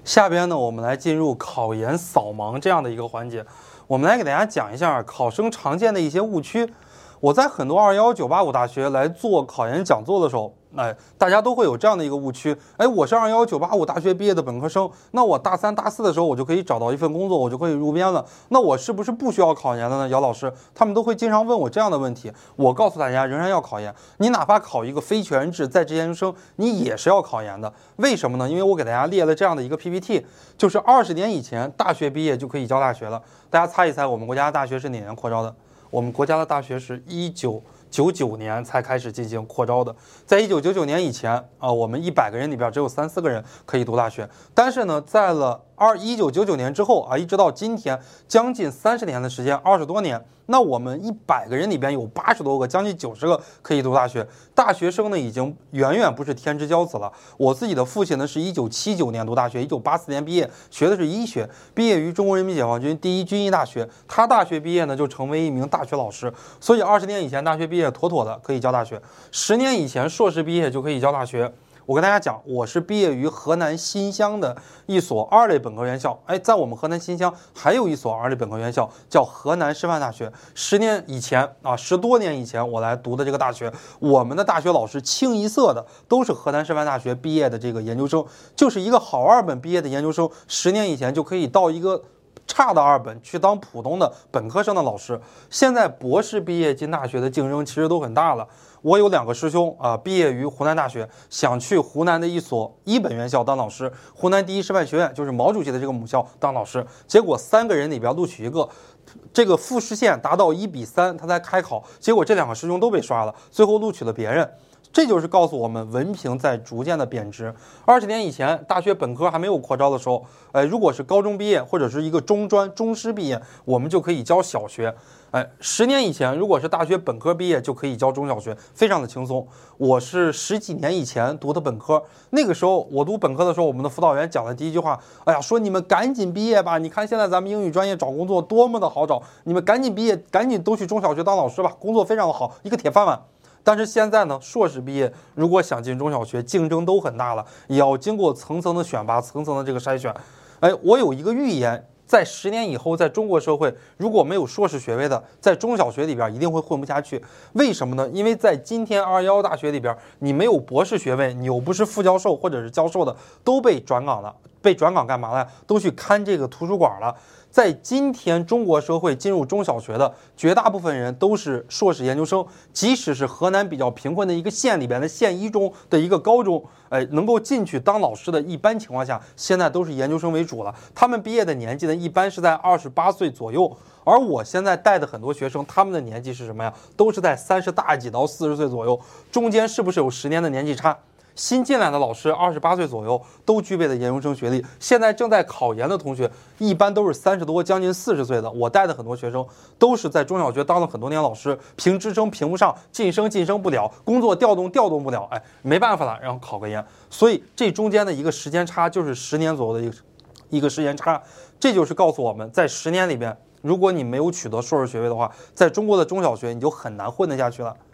下边呢，我们来进入考研扫盲这样的一个环节，我们来给大家讲一下考生常见的一些误区。我在很多211、985大学来做考研讲座的时候，大家都会有这样的一个误区，我是211、985大学毕业的本科生，那我大3、大4的时候我就可以找到一份工作，我就可以入编了，那我是不是不需要考研了呢？姚老师，他们都会经常问我这样的问题。我告诉大家，仍然要考研，你哪怕考一个非全日制在职研究生，你也是要考研的。为什么呢？因为我给大家列了这样的一个 PPT， 就是20年以前大学毕业就可以教大学了。大家猜一猜，我们国家的大学是哪年扩招的？我们国家的大学是1999年才开始进行扩招的。在1999年以前我们100个人里边只有3、4个人可以读大学。但是呢，在了1999年之后一直到今天，将近30年的时间，20多年，那我们100个人里边有80多个，将近90个可以读大学。大学生呢，已经远远不是天之骄子了。我自己的父亲呢，是1979年读大学，1984年毕业，学的是医学，毕业于中国人民解放军第1军医大学。他大学毕业呢，就成为一名大学老师。所以20年以前大学毕业妥妥的可以教大学，10年以前硕士毕业就可以教大学。我跟大家讲，我是毕业于河南新乡的一所2类本科院校。在我们河南新乡还有一所2类本科院校，叫河南师范大学。10年以前10多年以前我来读的这个大学，我们的大学老师清一色的都是河南师范大学毕业的这个研究生，就是一个好2本毕业的研究生，10年以前就可以到一个差的2本去当普通的本科生的老师。现在博士毕业进大学的竞争其实都很大了。我有2个师兄毕业于湖南大学，想去湖南的一所1本院校当老师，湖南第一师范学院，就是毛主席的这个母校当老师。结果3个人里边录取1个，这个复试线达到1比3，他才开考，结果这2个师兄都被刷了，最后录取了别人。这就是告诉我们文凭在逐渐的贬值。20年以前，大学本科还没有扩招的时候，如果是高中毕业或者是一个中专、中师毕业，我们就可以教小学。10年以前，如果是大学本科毕业就可以教中小学，非常的轻松。我是10几年以前读的本科，那个时候我读本科的时候，我们的辅导员讲的第一句话，说你们赶紧毕业吧，你看现在咱们英语专业找工作多么的好找，你们赶紧毕业，赶紧都去中小学当老师吧，工作非常的好，一个铁饭碗。但是现在呢，硕士毕业如果想进中小学，竞争都很大了，也要经过层层的选拔，层层的这个筛选。我有一个预言，在10年以后，在中国社会，如果没有硕士学位的，在中小学里边一定会混不下去。为什么呢？因为在今天211大学里边，你没有博士学位，你又不是副教授或者是教授的，都被转岗了。被转岗干嘛了？都去看这个图书馆了。在今天中国社会进入中小学的绝大部分人都是硕士研究生，即使是河南比较贫困的一个县里边的县一中的一个高中，能够进去当老师的，一般情况下现在都是研究生为主了。他们毕业的年纪呢，一般是在28岁左右。而我现在带的很多学生，他们的年纪是什么呀？都是在30大几到40岁左右，中间是不是有10年的年纪差？新进来的老师28岁左右都具备了研究生学历，现在正在考研的同学一般都是30多将近40岁的。我带的很多学生都是在中小学当了很多年老师，评职称评不上，晋升不了，工作调动不了，没办法了，然后考个研。所以这中间的一个时间差就是10年左右的一个时间差。这就是告诉我们，在10年里边，如果你没有取得硕士学位的话，在中国的中小学你就很难混得下去了。